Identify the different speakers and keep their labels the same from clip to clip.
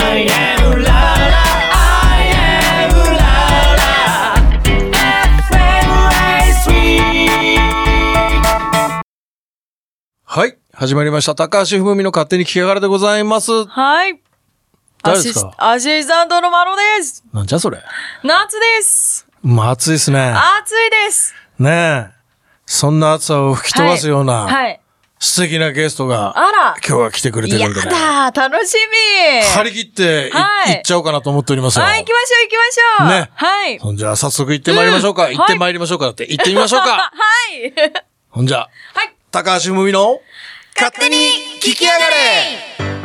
Speaker 1: I am la la I am la la FM3
Speaker 2: はい。始まりました。高橋文美の勝手に聞きやがれでございます。
Speaker 3: はい。
Speaker 2: 誰ですか？
Speaker 3: アシスタントのマロです。
Speaker 2: なんじゃそれ。
Speaker 3: 夏です。
Speaker 2: 暑いですね。
Speaker 3: 暑いです。
Speaker 2: ねえ。そんな暑さを吹き飛ばすような、
Speaker 3: はい。
Speaker 2: 素敵なゲストが、今日は来てくれてるんでね。
Speaker 3: やだ、楽しみ。
Speaker 2: 張り切って、行っちゃおうかなと思っておりますよ。
Speaker 3: はい、行きましょう、行きましょう。
Speaker 2: ね。
Speaker 3: はい。
Speaker 2: ほんじゃ、早速行ってまいりましょうか。行ってまいりましょうかだって。行ってみましょうか。
Speaker 3: はい。
Speaker 2: ほんじゃ、
Speaker 3: はい。
Speaker 2: 高橋文美の、
Speaker 3: 勝手に聞きやがれ。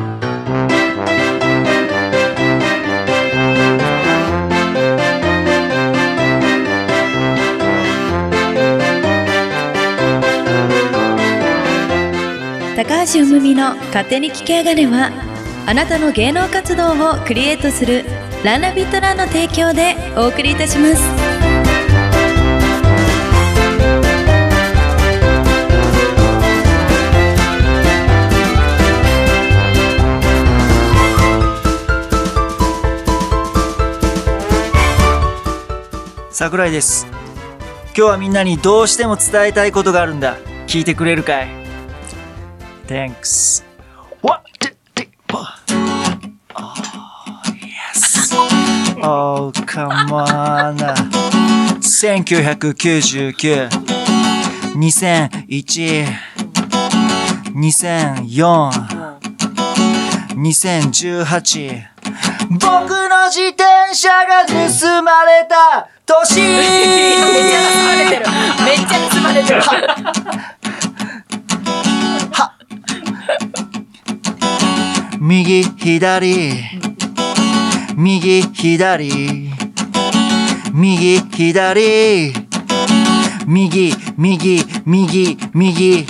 Speaker 4: 高橋うむみの勝手に聞きやがれは、あなたの芸能活動をクリエイトするランナビットランの提供でお送りいたします。
Speaker 5: 桜井です。今日はみんなにどうしても伝えたいことがあるんだ。聞いてくれるかい？ Thanks. What did it for? Oh, yes. Oh, come on. 1999 2001 2004 2018僕の自転車が盗まれた年。
Speaker 3: めっちゃ盗まれてる。めっちゃ盗まれてる。
Speaker 5: 右左右左右左右右右右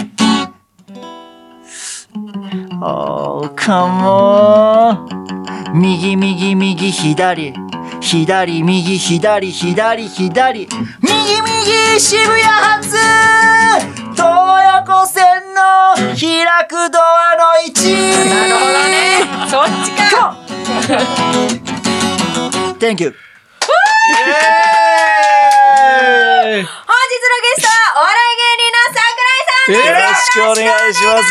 Speaker 5: Oh come on 右右右左左右左左左右右渋谷発東横線の開くドアの位置。
Speaker 3: なるほどね。そっちか。
Speaker 5: Thank you。
Speaker 3: 本日のゲストはお笑い芸人の桜井さんです。
Speaker 5: よろしくお願いします。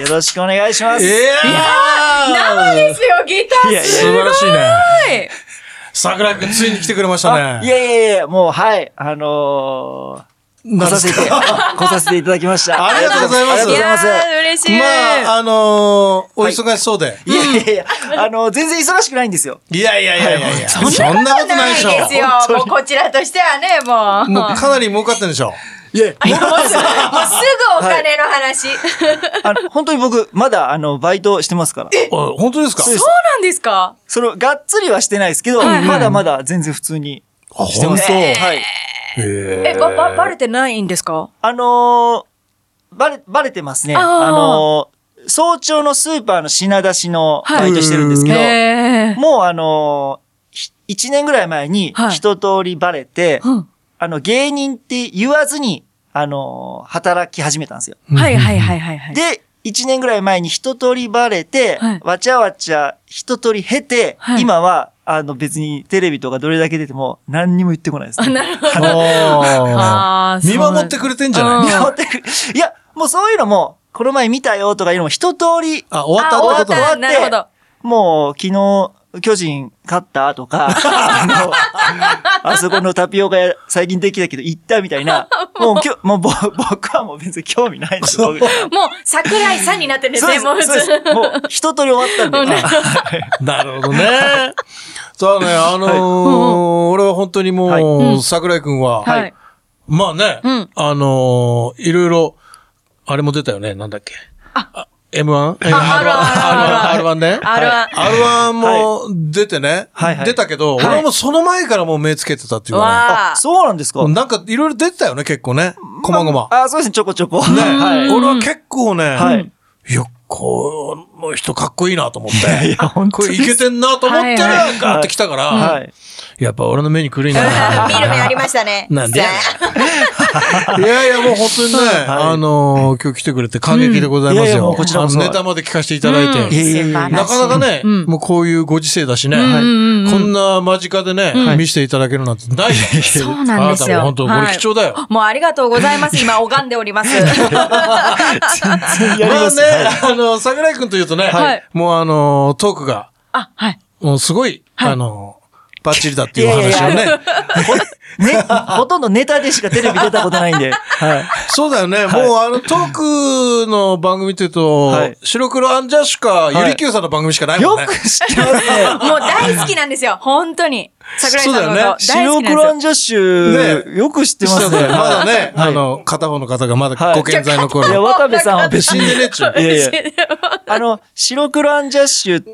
Speaker 5: よろしくお願いします。
Speaker 3: いや生ですよ、ギターすごい。
Speaker 2: 素晴らしいね。桜井くんついに来てくれましたね。
Speaker 5: いやいやもうはい来させていただきました。
Speaker 2: ありがとうございます。
Speaker 5: ありがとうございます。
Speaker 3: 嬉しい。
Speaker 2: まあお忙しそうで。
Speaker 5: いや全然忙しくないんですよ。
Speaker 2: いやそんなことないでしょ。
Speaker 3: ですよ。もうこちらとしてはね、
Speaker 2: もうかなり儲かってるんでしょ。
Speaker 3: もうすぐお金の話。
Speaker 5: 本当に僕まだバイトしてますから。
Speaker 2: 本当ですか？
Speaker 3: そうなんですか？
Speaker 5: がっつりはしてないですけど、まだまだ全然普通にしてます。はい。
Speaker 3: バレてないんですか？
Speaker 5: バレてますね。早朝のスーパーの品出しのバイトしてるんですけど、もう1年ぐらい前に一通りバレて、芸人って言わずに、働き始めたんですよ。
Speaker 3: はい。
Speaker 5: で、1年ぐらい前に一通りバレて、わちゃわちゃ一通り経て、今は、別にテレビとかどれだけ出ても何にも言ってこないですね。
Speaker 3: なるほど。
Speaker 2: 見守ってくれてんじゃない？
Speaker 5: 見守ってくれ。いや、もうそういうのも、この前見たよとかいうのも一通り。
Speaker 2: 終わったってことだ。
Speaker 3: なるほど。
Speaker 5: もう昨日、巨人勝ったとか、あそこのタピオカ屋最近できたけど行ったみたいな、もう僕はもう別に興味ないんですよ。もう
Speaker 3: 桜井さんになってるんですね、もう普通。
Speaker 5: もう一通り終わったんで。
Speaker 2: なるほどね。そうね、俺は本当にもう、桜井くんは、まあね、いろいろ、あれも出たよね、なんだっけ。M1？ R1 ね。R1 も出てね。出たけど、俺もその前からもう目つけてたっていうか
Speaker 5: ね。そうなんですか？
Speaker 2: なんかいろいろ出てたよね、結構ね。こまごま。
Speaker 5: そうですね、ちょこちょこ。
Speaker 2: ね。俺は結構ね、いや、この人かっこいいなと思って。いや、本当に。これいけてんなと思ったら、ガーって来たから、やっぱ俺の目に来るんやな。
Speaker 3: 見る目ありましたね。
Speaker 2: なんでいやいや、もう本当にね、今日来てくれて感激でございますよ。
Speaker 5: いやいやもうこちらこそ
Speaker 2: ネタまで聞かせていただいて。
Speaker 5: いや
Speaker 2: なかなかね、もうこういうご時世だしね、こんな間近でね、見せていただけるなんてないですよ。
Speaker 3: そうなんですよ。
Speaker 2: あなたも本当、これ貴重だよ。
Speaker 3: もうありがとうございます。今、拝んでおります。
Speaker 2: まあね、桜井くんというとね、もうトークが、もうすごい、バッチリだっていう話をね。
Speaker 5: ほとんどネタでしかテレビ出たことないんで。
Speaker 2: そうだよね。もうトークの番組って言うと、白黒アンジャッシュか、ゆりきゅうさんの番組しかないもんね。
Speaker 5: よく知ってますね。
Speaker 3: もう大好きなんですよ。本当に。桜井さんのこと大好き
Speaker 5: 白
Speaker 3: なんですよ。
Speaker 5: 黒アンジャッシュ、よく知ってますね。
Speaker 2: まだね、片方の方がまだご健在の頃。
Speaker 5: いや、渡部さんは別に。
Speaker 2: 死んでねっちゅう。
Speaker 5: いやいや。白黒アンジャッシュって、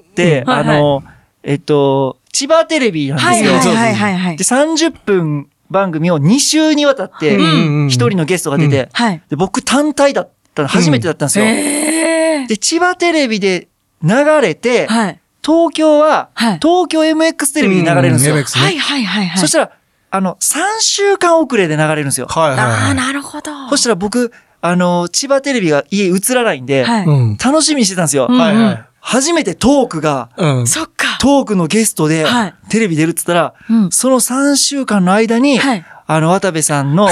Speaker 5: 千葉テレビなんですよ。で、30分番組を2週にわたって、一人のゲストが出て、で、僕単体だったの、初めてだったんですよ。で、千葉テレビで流れて、東京は、東京 MX テレビで流れるんですよ。そしたら、3週間遅れで流れるんですよ。
Speaker 3: ああ、なるほど。
Speaker 5: そしたら僕、千葉テレビが家映らないんで、楽しみにしてたんですよ。初めてトークが、
Speaker 3: そっか。
Speaker 5: トークのゲストで、テレビ出るって言ったら、その3週間の間に、渡部さんの、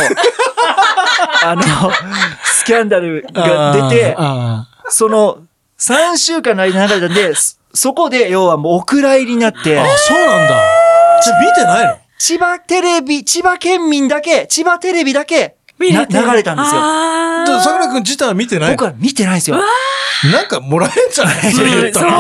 Speaker 5: スキャンダルが出て、その3週間の間に流れたんで、そこで要はもうお蔵入りになって。
Speaker 2: あ、そうなんだ。じゃあ見てないの？
Speaker 5: 千葉テレビ、千葉県民だけ、千葉テレビだけ、流れたんですよ。
Speaker 2: 桜井くん自体は見てないの？
Speaker 5: 僕は見てないんですよ。
Speaker 2: なんかもらえんじゃない？
Speaker 5: い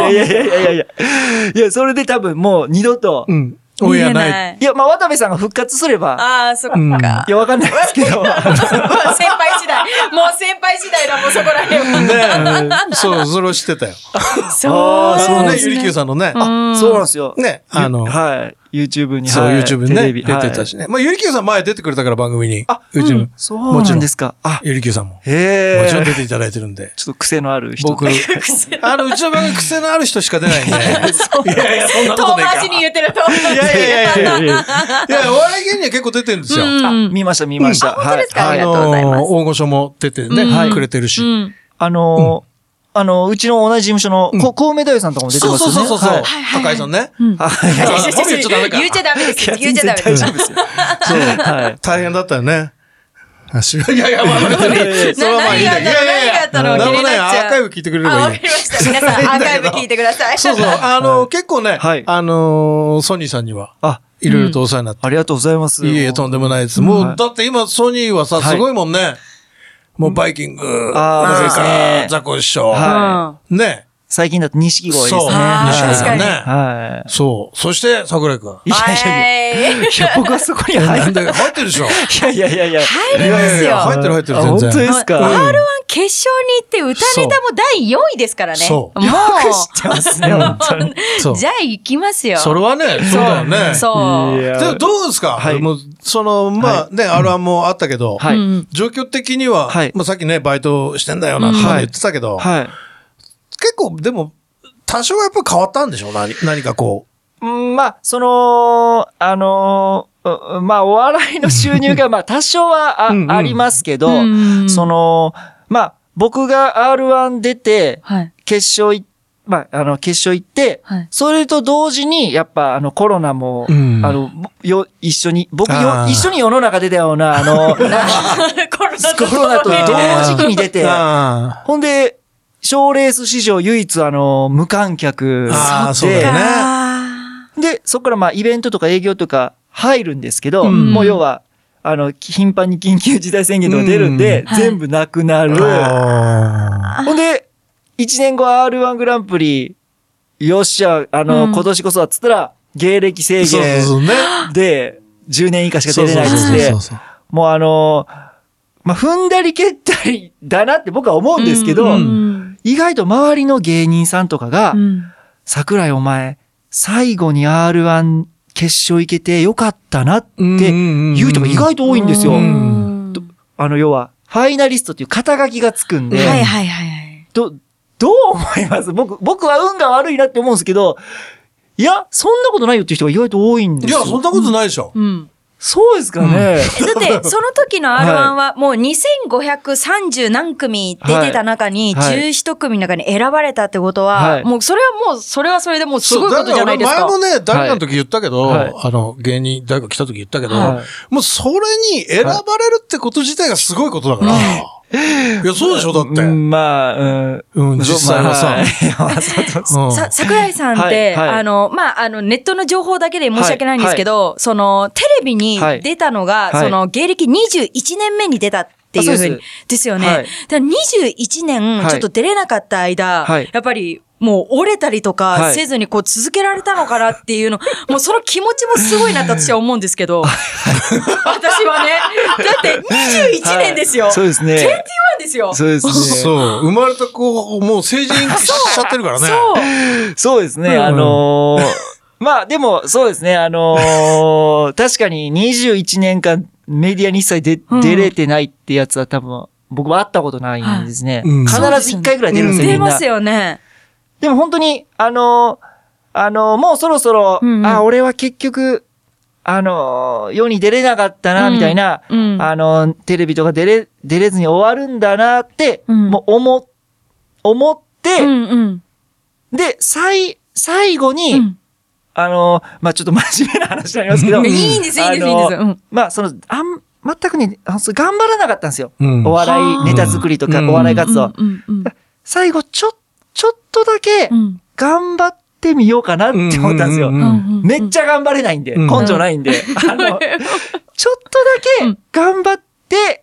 Speaker 5: や、それで多分もう二度と、
Speaker 2: オンエアない。
Speaker 5: いや、まあ、渡部さんが復活すれば。
Speaker 3: ああ、そっか。
Speaker 5: いや、わかんないですけど。
Speaker 3: 先輩次第。もう先輩次第だ、もうそこら辺は。
Speaker 2: ねそう、それを知ってたよ。
Speaker 3: そう
Speaker 2: ね、ゆりきゅうさんのね。
Speaker 5: そうなんですよ。
Speaker 2: ね、
Speaker 5: はい。YouTube に。
Speaker 2: そう、YouTube にね、出てたしね。まあ、ゆりきゅうさん前出てくれたから番組に。YouTube。
Speaker 5: そうなんですか。
Speaker 2: ゆりきゅうさんも。も
Speaker 5: へ
Speaker 2: ちろん出ていただいてるんで。
Speaker 5: ちょっと癖のある人。
Speaker 2: 僕、うちの番組癖のある人しか出ないんで。いやいや、そんなことないか。
Speaker 3: 遠回しに言ってると。
Speaker 2: いや、お笑い芸人は結構出てるんですよ。
Speaker 5: 見ました。
Speaker 3: 本当ですか？ありがとうございます。
Speaker 2: 大御所も出てね、くれてるし。
Speaker 5: うちの同じ事務所の、コウメ太夫さんとかも出てますよね。
Speaker 2: そう。高井さんね。
Speaker 3: 言っちゃダメですよ。言っちゃダメですよ。
Speaker 5: そう。
Speaker 2: 大変だったよね。いや、まあ別に。それはまあいいんだけど。
Speaker 3: 何があったの？
Speaker 2: なんもない、アーカイブ聞いてくれればいい。
Speaker 3: わかりました。皆さん、アーカイブ聞いてください。
Speaker 2: そう。結構ね、ソニーさんには、いろいろとお世話になって。
Speaker 5: ありがとうございます。
Speaker 2: いえ、とんでもないです。もう、だって今、ソニーはさ、すごいもんね。もう、バイキング、なぜか、ザコシショウ。ね。
Speaker 5: 最近だと錦鯉ですね。
Speaker 2: そう。
Speaker 3: 確かに。
Speaker 2: はい。そう。そして、桜井くん。
Speaker 5: いや、僕はそこに入って
Speaker 2: るでしょ。
Speaker 5: いや。
Speaker 3: 入りますよ。
Speaker 2: 入ってる、全然。
Speaker 5: 本当ですか？
Speaker 3: R1 決勝に行って歌ネタも第4位ですからね。
Speaker 2: そう。
Speaker 3: もう。
Speaker 5: 知ってますね、本当に。
Speaker 3: じゃあ行きますよ。
Speaker 2: それはね、そうだよね。
Speaker 3: そう。
Speaker 2: でもどうですか？もう、まあね、R1 もあったけど、状況的には、まあさっきね、バイトしてんだよなんて言ってたけど、結構、でも、多少やっぱ変わったんでしょ？何かこう。
Speaker 5: まあ、まあ、お笑いの収入が、まあ、多少はありますけど、まあ、僕が R1 出て、決勝行って、それと同時に、やっぱ、コロナも、一緒に世の中出たような、コロナと同時期に出て、ほんで、賞レース史上唯一無観客で、で、そこからまあイベントとか営業とか入るんですけど、もう要は、頻繁に緊急事態宣言とか出るんで、全部なくなる。ほんで、1年後 R1 グランプリ、よっしゃ、今年こそはっつったら、芸歴制限で10年以下しか出れないっつって、もうまあ、踏んだり蹴ったりだなって僕は思うんですけど、意外と周りの芸人さんとかが、桜井お前、最後に R1 決勝行けてよかったなって言う人が意外と多いんですよ。要は、ファイナリストっていう肩書きがつくんで、どう思います？僕は運が悪いなって思うんですけど、いや、そんなことないよっていう人が意外と多いんですよ。
Speaker 2: いや、そんなことないでしょ。
Speaker 5: そうですかね。
Speaker 3: だって、その時の R1 はもう2530何組出てた中に、11組の中に選ばれたってことは、もうそれはそれでもうすごいことじゃないですか。
Speaker 2: 前もね、誰かの時言ったけど、芸人誰か来た時言ったけど、もうそれに選ばれるってこと自体がすごいことだから。いや、そうでしょだって。
Speaker 5: まあ、
Speaker 2: 実際はさ。
Speaker 3: 桜井さんって、ネットの情報だけで申し訳ないんですけど、テレビに出たのが、芸歴21年目に出たっていうふうに、ですよね。だから21年ちょっと出れなかった間、やっぱり、もう折れたりとかせずにこう続けられたのかなっていうの、もうその気持ちもすごいなって私は思うんですけど。私はね、だって21年ですよ。
Speaker 5: そうですね。
Speaker 3: 21ですよ。
Speaker 5: そうですね。
Speaker 2: そう。生まれた子、もう成人しちゃってるからね。
Speaker 5: そうですね。まあでもそうですね。確かに21年間メディアに一切出れてないってやつは多分僕は会ったことないんですね。必ず1回ぐらい出るんですよ。
Speaker 3: 出ますよね。
Speaker 5: でも本当に、もうそろそろ、俺は結局、世に出れなかったな、みたいな、テレビとか出れずに終わるんだなって、もう思って、で、最後に、まあ、ちょっと真面目な話になりますけど、
Speaker 3: いいんです。
Speaker 5: まあ、全くね、頑張らなかったんですよ。お笑いネタ作りとか、お笑い活動。最後、ちょっとだけ頑張ってみようかなって思ったんですよ。めっちゃ頑張れないんで、根性ないんで。ちょっとだけ頑張って、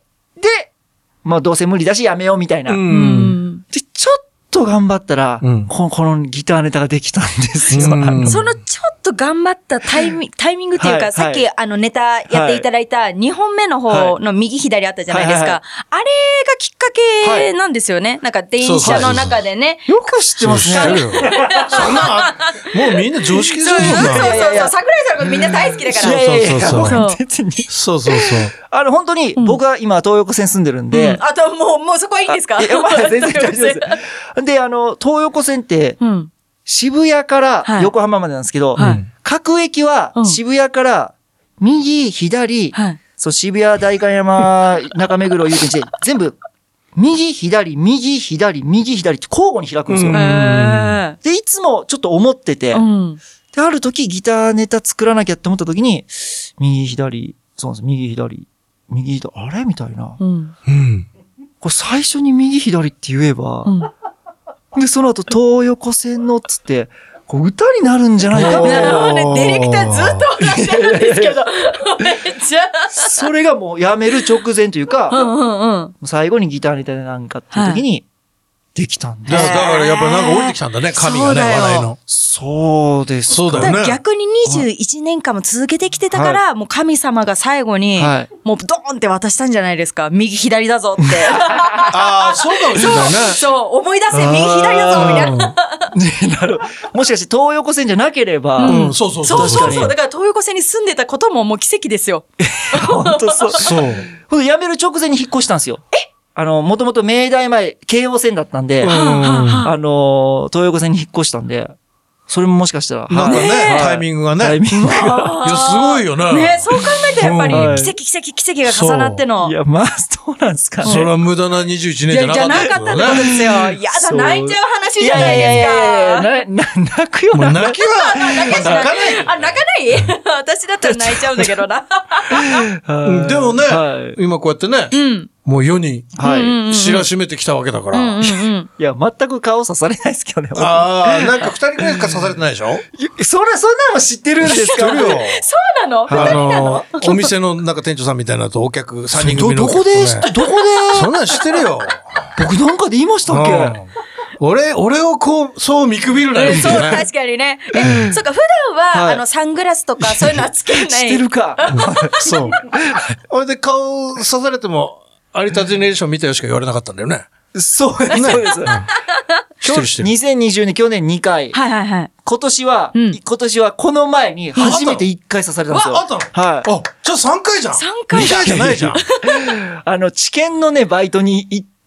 Speaker 5: で、まあどうせ無理だしやめようみたいな。で、ちょっと頑張ったら、このギターネタができたんですよ。
Speaker 3: そのちょっと頑張ったタイミングっていうか、さっきネタやっていただいた2本目の方の右左あったじゃないですか。あれがきっかけなんですよね。なんか電車の中でね。
Speaker 5: よく知ってますね。
Speaker 2: そんな、もうみんな常識じゃない
Speaker 3: そう。桜井さんのことみんな大好きだから。
Speaker 2: そう。
Speaker 5: 本当に、僕は今東横線住んでるんで。
Speaker 3: あともうそこはいいんですか？
Speaker 5: まだ全然大丈夫です。で、東横線って、渋谷から横浜までなんですけど、各駅は渋谷から右、左、渋谷代官山、中目黒、有権地で全部、右、左、右、左、右、左って交互に開くんですよ。で、いつもちょっと思ってて、で、ある時ギターネタ作らなきゃって思った時に、右、左、そうなんです、右、左、右、左、あれみたいな。これ最初に右、左って言えば、で、その後、東横線のっつって、こう歌になるんじゃないかみたいな。
Speaker 3: ディレクターずっと話してるんですけど。めっちゃ。
Speaker 5: それがもうやめる直前というか、最後にギターネタでなんかっていう時に、できたんです。
Speaker 2: だからやっぱなんか降りてきたんだね、神がね、笑いの。
Speaker 5: そうです。
Speaker 2: そうだよね。
Speaker 3: 逆に21年間も続けてきてたから、もう神様が最後に、もうドーンって渡したんじゃないですか。右左だぞって。
Speaker 2: ああ、そうかもしれないね。
Speaker 3: そう、思い出せ、右左だぞみたいな。
Speaker 5: もしかして東横線じゃなければ。
Speaker 2: そう。
Speaker 3: だから東横線に住んでたことももう奇跡ですよ。
Speaker 5: 本当そう。ほんで辞める直前に引っ越したんですよ。もともと明大前、京王線だったんで、東横線に引っ越したんで、それももしかしたら。
Speaker 2: なんかね、タイミングがね。いや、すごいよね。
Speaker 3: ね、そう考えたらやっぱり、奇跡が重なっての。
Speaker 5: いや、まあ、そうなんですかね。
Speaker 2: それは無駄な21年じゃなかった。
Speaker 3: じゃなかったってことですよ。やだ、泣いちゃう話じゃないですか。
Speaker 5: 泣くよな。
Speaker 2: 泣きは、泣かない。
Speaker 3: あ、泣かない私だったら泣いちゃうんだけどな。
Speaker 2: でもね、今こうやってね、もう世に知らしめてきたわけだから。
Speaker 5: いや、全く顔刺されないですけどね。
Speaker 2: ああ、なんか2人くらいしか刺されてないでしょ？
Speaker 5: そんなの知ってるんですか？
Speaker 2: 知ってるよ。
Speaker 3: そうなの？2人なの？
Speaker 2: お店のなんか店長さんみたいなとお客3人組の。
Speaker 5: どこで
Speaker 2: そんなん知ってるよ。
Speaker 5: 僕なんかで言いましたっけ？
Speaker 2: 俺をこう、そう見くびるなよ。
Speaker 3: そう、確かにね。そっか、普段は、サングラスとかそういうのはつけない。
Speaker 5: してるか。
Speaker 2: そう。俺で顔刺されても、有田ジェネレーション見たよしか言われなかったんだよね。
Speaker 5: そうです。
Speaker 2: 知ってる。
Speaker 5: 2020年、去年2回。
Speaker 3: はい。
Speaker 5: 今年はこの前に初めて1回刺されたんですよ。
Speaker 2: あったの？はい。あ、じゃあ3回じゃん。
Speaker 3: 3回
Speaker 2: じゃないじゃん。
Speaker 5: 治験のね、バイトに行って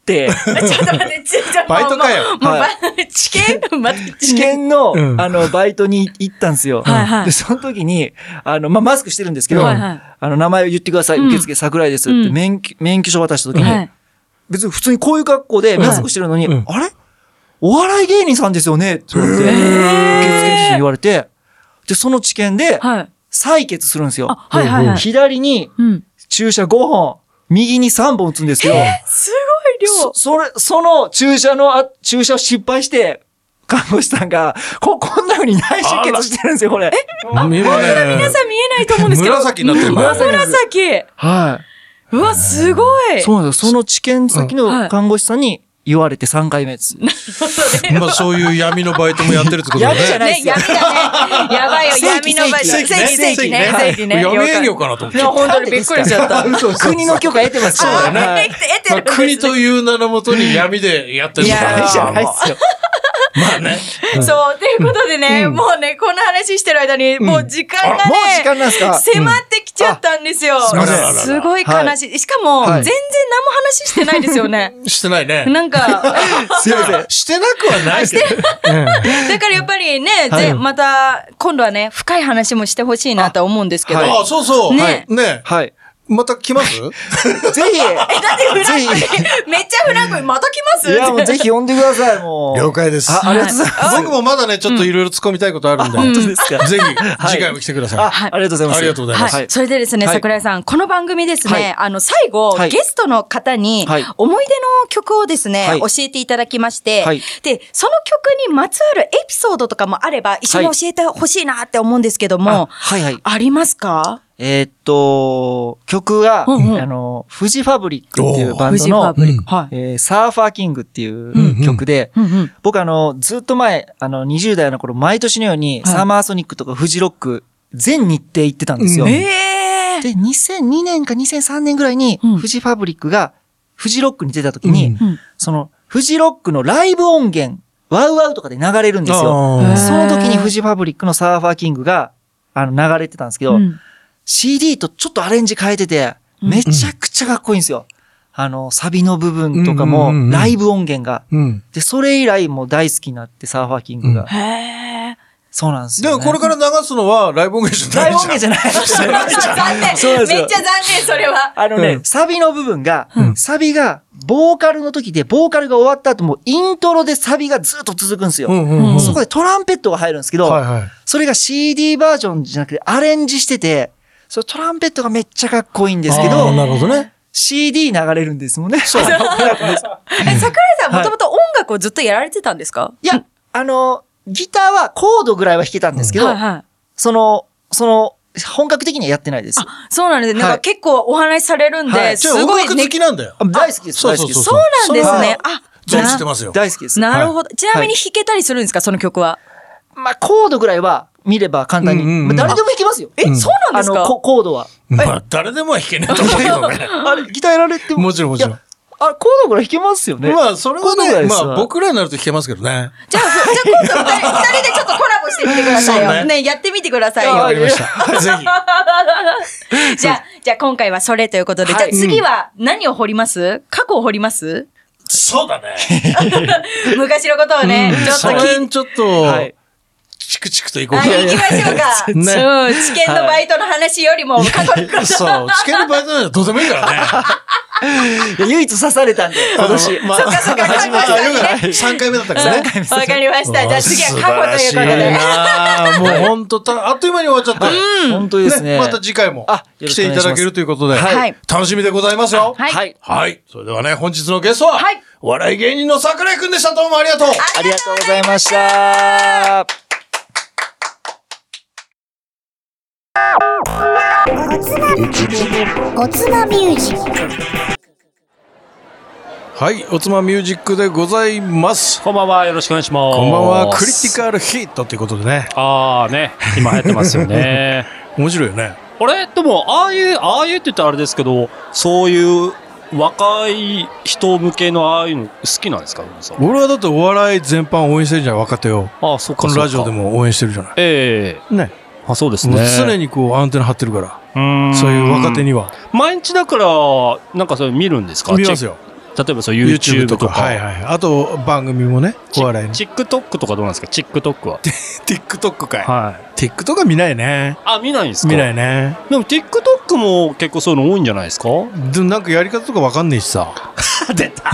Speaker 5: て、
Speaker 3: ちょっと待って、
Speaker 2: バイトかよ。
Speaker 3: もう知見
Speaker 5: 試験の、バイトに行ったんですよ。で、その時に、マスクしてるんですけど、名前を言ってください。受付桜井ですって免許証渡した時に、別に普通にこういう格好でマスクしてるのに、あれお笑い芸人さんですよねって言われて、受付に言われて、で、その知見で、採血するんですよ。左に注射5本、右に3本打つんですけど、
Speaker 3: すごい量。
Speaker 5: その注射を失敗して、看護師さんが、こんな風に内出血してるんですよ、これ。
Speaker 3: 皆さん見えないと思うんですけど。
Speaker 2: 紫になってるんだ。
Speaker 3: 紫。
Speaker 5: はい。
Speaker 3: うわ、すごい。
Speaker 5: そうなんです。その治験先の看護師さんに言われて3回目です。
Speaker 2: まあそういう闇のバイトもやってるってことだね。
Speaker 5: 闇じゃないですよ。
Speaker 3: 闇だね。やばいよ、闇のバイト。正規ね。
Speaker 2: 闇営業かなと思って。
Speaker 3: いや、本当にびっくりしちゃった。
Speaker 5: 国の許可得てますからね。
Speaker 3: 得てる。
Speaker 2: 国という名のもとに闇でやってるのかな。
Speaker 5: じゃないですよ。
Speaker 2: まあね。
Speaker 3: そう、ということでね、もうね、こんな話してる間に、もう時間がね、
Speaker 5: もう時間なんですか？
Speaker 3: 迫ってきちゃったんですよ。すごい悲しい。しかも、全然何も話してないですよね。
Speaker 2: してないね。
Speaker 3: なんか、
Speaker 5: すいません。
Speaker 2: してなくはないけど。
Speaker 3: だからやっぱりね、また、今度はね、深い話もしてほしいなとは思うんですけど。
Speaker 2: あ、そうそう。
Speaker 3: ね。
Speaker 5: はい。
Speaker 2: また来ます
Speaker 5: ぜひ
Speaker 3: だってフランクめっちゃフランクまた来ます
Speaker 5: いや、もうぜひ呼んでください、もう。
Speaker 2: 了解です。
Speaker 5: ありがとうございます。
Speaker 2: 僕もまだね、ちょっといろいろ突っ込みたいことあるんで。
Speaker 5: 本当ですか？
Speaker 2: ぜひ、次回も来てください。
Speaker 5: ありがとうございます。
Speaker 2: ありがとうございます。
Speaker 3: それでですね、桜井さん、この番組ですね、最後、ゲストの方に、思い出の曲をですね、教えていただきまして、で、その曲にまつわるエピソードとかもあれば、一緒に教えてほしいなって思うんですけども、ありますか？
Speaker 5: 曲が、フジファブリックっていうバンドの、サーファーキングっていう曲で、僕ずっと前、20代の頃、毎年のように、サマーソニックとかフジロック、全日程行ってたんですよ。で、2002年か2003年ぐらいに、フジファブリックが、フジロックに出た時に、その、フジロックのライブ音源、ワウワウとかで流れるんですよ。その時にフジファブリックのサーファーキングが、流れてたんですけど、CD とちょっとアレンジ変えてて、めちゃくちゃかっこいいんですよ。サビの部分とかも、ライブ音源が。で、それ以来もう大好きになって、サーファーキングが。そうなんですよ、ね。
Speaker 2: でもこれから流すのはライブ音源じゃないじゃん。
Speaker 5: ライブ音源じゃない。
Speaker 3: 残念。めっちゃ残念、それは。
Speaker 5: サビの部分が、サビが、ボーカルの時で、ボーカルが終わった後も、イントロでサビがずっと続くんですよ。そこでトランペットが入るんですけど、それが CD バージョンじゃなくて、アレンジしてて、そのトランペットがめっちゃかっこいいんですけど、
Speaker 2: なるほどね。
Speaker 5: CD 流れるんですもんね。
Speaker 3: そう。桜井さん、もともと音楽をずっとやられてたんですか？
Speaker 5: いや、ギターはコードぐらいは弾けたんですけど、本格的にはやってないです。
Speaker 3: そうなんですね。なんか結構お話しされるんで、すごい。
Speaker 2: 音楽好きなんだよ。
Speaker 5: 大好きです。
Speaker 2: そう
Speaker 3: なんですね。
Speaker 2: 存じてますよ。
Speaker 5: 大好きです。
Speaker 3: なるほど。ちなみに弾けたりするんですか、その曲は？
Speaker 5: まあ、コードぐらいは見れば簡単に。誰でも弾けますよ。
Speaker 3: そうなんですか？
Speaker 5: コードは。
Speaker 2: まあ、誰でもは弾けないと思うけどね。
Speaker 5: ギターやられて
Speaker 2: もちろん。コー
Speaker 5: ドぐらい弾けますよね。
Speaker 2: まあ、それはね、まあ、僕らになると弾けますけどね。
Speaker 3: じゃあ今度二人でちょっとコラボしてみてくださいよ。ね、やってみてくださいよ。
Speaker 2: わかりました。ぜ
Speaker 3: ひ。じゃあ今回はそれということで、じゃあ次は何を掘ります？過去を掘ります？
Speaker 2: そうだね。
Speaker 3: 昔のことをね、
Speaker 2: ちょっと、チクチクと行こうか。
Speaker 3: 行きましょうか。試験のバイトの話よりも過去のこと。
Speaker 2: そう、試験のバイトなんてどうでもいいからね。
Speaker 5: 唯一刺されたんで、今年。
Speaker 3: そっか、
Speaker 2: 3回目だったからね。
Speaker 3: わかりました。じゃあ次は過去ということで。
Speaker 2: もう本当あっという間に終わっちゃった。
Speaker 5: 本当ですね。
Speaker 2: また次回も来ていただけるということで、楽しみでございますよ。
Speaker 3: はい。
Speaker 2: それではね、本日のゲストは、お笑い芸人の桜井くんでした。どうもありがとう。
Speaker 5: ありがとうございました。
Speaker 6: おつまミュージック。
Speaker 2: はい、おつまミュージックでございます。
Speaker 1: こんばんは、よろしくお願いします。
Speaker 2: こんばんは、クリティカルヒットということでね。
Speaker 1: 今流行ってますよね。
Speaker 2: 面白いよね。
Speaker 1: あれでも、ああいうって言ったらあれですけど、そういう若い人向けのああいうの好きなんですか？
Speaker 2: 俺はだってお笑い全般応援してるじゃん、若手を。
Speaker 1: そうか。
Speaker 2: このラジオでも応援してるじゃない。ね。
Speaker 1: そうですね。
Speaker 2: 常にこうアンテナ張ってるから。そういう若手には。
Speaker 1: 毎日だから、なんかそれ見るんですか？
Speaker 2: 見ますよ。
Speaker 1: 例えばそう YouTube とか。
Speaker 2: はいはい。あと番組もね、お笑いの。
Speaker 1: TikTok とかどうなんですか ?TikTok は。
Speaker 2: TikTok かい。
Speaker 1: はい。
Speaker 2: TikTok は見ないね。
Speaker 1: あ、見ないんですか？
Speaker 2: 見ないね。
Speaker 1: でも TikTok も結構そういうの多いんじゃないですか？
Speaker 2: でもなんかやり方とかわかんねえしさ。
Speaker 1: 出た。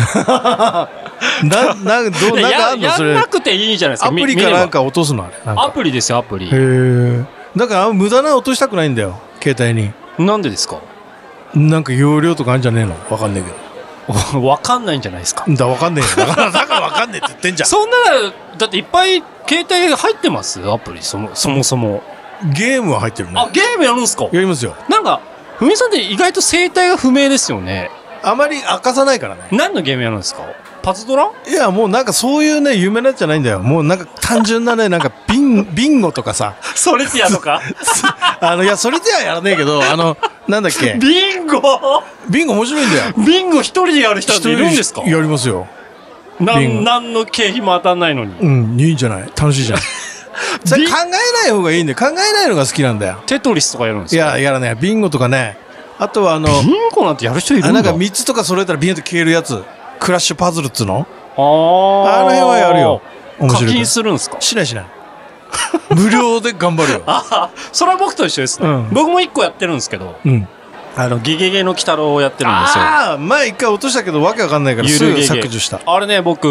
Speaker 2: なんかあんのそれ。
Speaker 1: やんなくていいじゃないですか。
Speaker 2: アプリかなんか落とすのあれ。
Speaker 1: アプリですよ、アプリ。
Speaker 2: へえ。だから無駄な落としたくないんだよ、携帯に。
Speaker 1: なんでですか？
Speaker 2: なんか容量とかあるんじゃねえの？わかんねえけど。
Speaker 1: わかんないんじゃないですか。
Speaker 2: わかんねえよ。だからわかんねえって言ってんじゃん。
Speaker 1: そんな、だっていっぱい携帯が入ってますアプリ、そもそも。
Speaker 2: ゲームは入ってるね。
Speaker 1: あ、ゲームやるんですか？
Speaker 2: やりますよ。
Speaker 1: なんか、ふみさんって意外と生態が不明ですよね。
Speaker 2: あまり明かさないからね。
Speaker 1: 何のゲームやるんですか？パズドラ？
Speaker 2: いや、もうなんかそういうね、有名なやつじゃないんだよ。もうなんか単純なね、なんかビンゴとかさ。
Speaker 1: ソリティアとか
Speaker 2: いや、ソリティアやらねえけど、なんだっけ。
Speaker 1: ビンゴ
Speaker 2: 面白いんだよ。
Speaker 1: ビンゴ一人でやる人っているんですか？
Speaker 2: やりますよ。
Speaker 1: 何の経費も当たんないのに。
Speaker 2: うん、いいんじゃない？楽しいじゃん。それ考えない方がいいんだよ。考えないのが好きなんだよ。
Speaker 1: テトリスとかやるんですか？
Speaker 2: いや、やらない。ビンゴとかね。あとは
Speaker 1: ビンゴなんてやる人いるんだ。
Speaker 2: なんか3つとか揃えたらビンと消えるやつ。クラッシュパズルっつうの？
Speaker 1: あ
Speaker 2: の辺はやるよ。
Speaker 1: 課金するんですか？
Speaker 2: しない。無料で頑張るよ。
Speaker 1: それは僕と一緒ですね。僕も1個やってるんですけど。ゲゲゲの鬼太郎をやってるんですよ。
Speaker 2: 前1回落としたけどわけわかんないからすぐ削除した。
Speaker 1: あれね、僕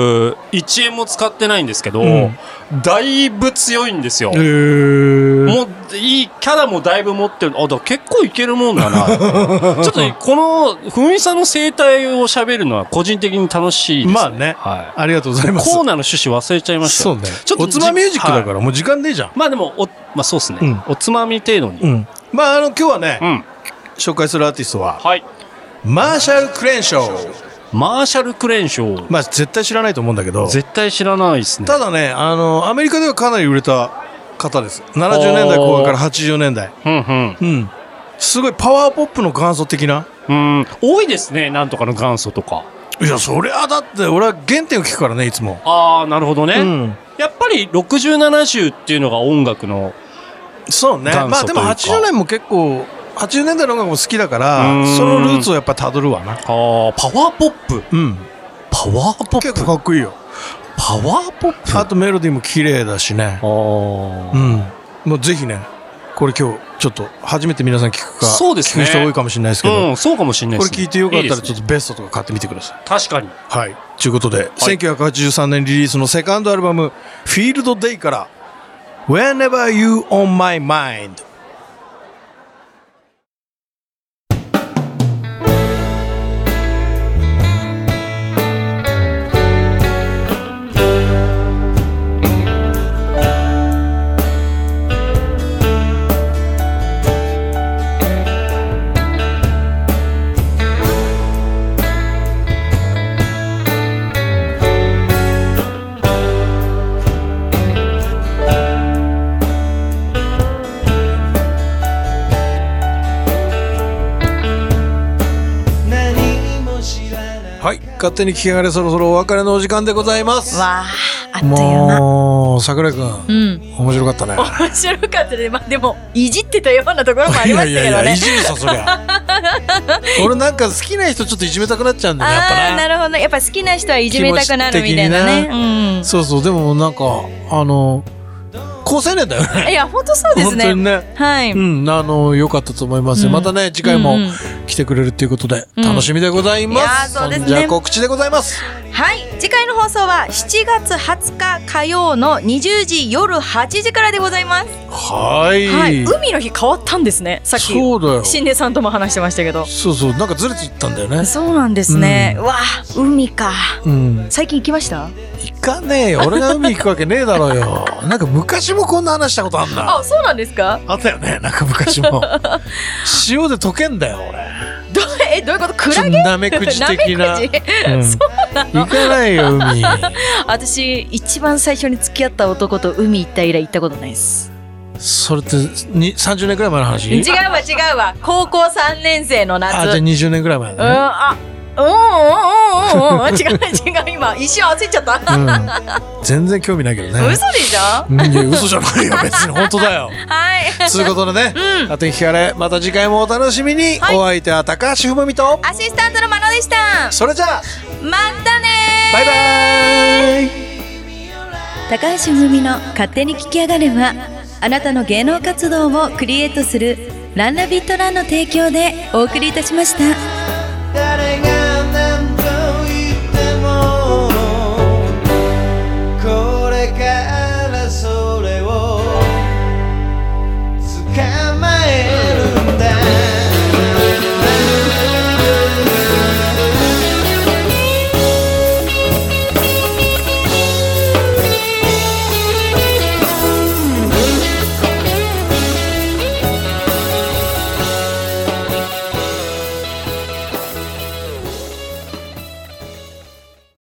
Speaker 1: 1円も使ってないんですけど、だいぶ強いんですよ。もういいキャラもだいぶ持ってる。だから結構いけるもんだな。ちょっとね、このふみさんの生態を喋るのは個人的に楽しいですね。
Speaker 2: まあね、ありがとうございます。
Speaker 1: コーナーの趣旨忘れちゃいました。
Speaker 2: そうね。おつまみミュージックだからもう時間でいいじゃん。
Speaker 1: まあでもまあそうですね。おつまみ程度に。
Speaker 2: まあ今日はね、紹介するアーティストは、マーシャル・クレンショー。
Speaker 1: マーシャル・クレンショー。
Speaker 2: まあ絶対知らないと思うんだけど。
Speaker 1: 絶対知らないですね。
Speaker 2: ただね、アメリカではかなり売れた方です。70年代後半から80年代。すごいパワーポップの元祖的な。
Speaker 1: 多いですね、なんとかの元祖とか。
Speaker 2: いや、そりゃだって俺は原点を聞くからね、いつも。
Speaker 1: なるほどね。やっぱり60、70っていうのが音楽の。
Speaker 2: そうね。まあでも80年も結構、80年代の音楽も好きだから、そのルーツをやっぱ辿るわな。
Speaker 1: パワーポップ。パワーポップ。
Speaker 2: 結構かっこいいよ。
Speaker 1: パワーポップ。
Speaker 2: あとメロディーも綺麗だしね。もうぜひね、これ今日ちょっと初めて皆さん聞くか、
Speaker 1: そうですね。
Speaker 2: 聞く人多いかもしれないですけど、
Speaker 1: そうかもしれないですね。
Speaker 2: これ聞いてよかったらちょっとベストとか買ってみてください。
Speaker 1: 確かに。
Speaker 2: はい。ということで、1983年リリースのセカンドアルバム、フィールドデイから、Whenever You On My Mind。勝手に聞き上がれ、そろそろお別れのお時間でございます。
Speaker 3: わあ、あっという間。
Speaker 2: もう桜井くん、面白かったね。
Speaker 3: 面白かったね。まあでもいじってたようなところもありましたけどね。
Speaker 2: いじるさそりゃ。俺なんか好きな人ちょっといじめたくなっちゃうんだね、やっぱな。
Speaker 3: なるほど。やっぱ好きな人はいじめたくなるみたいなね。
Speaker 2: そうでもなんか高青年だよね。
Speaker 3: いや本当そうですね。
Speaker 2: 本当にね。
Speaker 3: はい。
Speaker 2: 良かったと思います。またね次回も来てくれるっていうことで楽しみでございます。
Speaker 3: そうですね。
Speaker 2: じゃあ告知でございます。
Speaker 3: はい。次回の放送は7月20日火曜の20時夜8時からでございます。
Speaker 2: はい。
Speaker 3: 海の日変わったんですね。さっき新根さんとも話してましたけど。
Speaker 2: そうなんかずれていったんだよね。
Speaker 3: そうなんですね。わあ海か。最近行きました？
Speaker 2: 行かねえよ。俺が海行くわけねえだろうよ。なんか昔もこんな話したことあんだ。
Speaker 3: そうなんですか？
Speaker 2: あったよね。なんか昔も塩で溶けんだよ俺。
Speaker 3: どういうこと？クラゲ？
Speaker 2: なめくじ的な。
Speaker 3: そうなの？
Speaker 2: 行かないよ海。
Speaker 3: 私一番最初に付き合った男と海行った以来行ったことないです。
Speaker 2: それって30年くらい前の話？
Speaker 3: 違うわ高校3年生の夏。
Speaker 2: じゃあ20年くらい前だね。
Speaker 3: 違う、今、一瞬焦っちゃった。
Speaker 2: 全然興味ないけどね。
Speaker 3: 嘘でしょ？
Speaker 2: いや、嘘じゃないよ、別に。本当だよ。
Speaker 3: はい。
Speaker 2: ということでね、勝手に聞かれ、また次回もお楽しみに。お相手は高橋文美と、
Speaker 3: アシスタントのまのでした。
Speaker 2: それじゃあ、
Speaker 3: またねー。
Speaker 2: バイバーイ。
Speaker 4: 高橋文美の勝手に聞きやがれは、あなたの芸能活動をクリエイトするランナビットランの提供でお送りいたしました。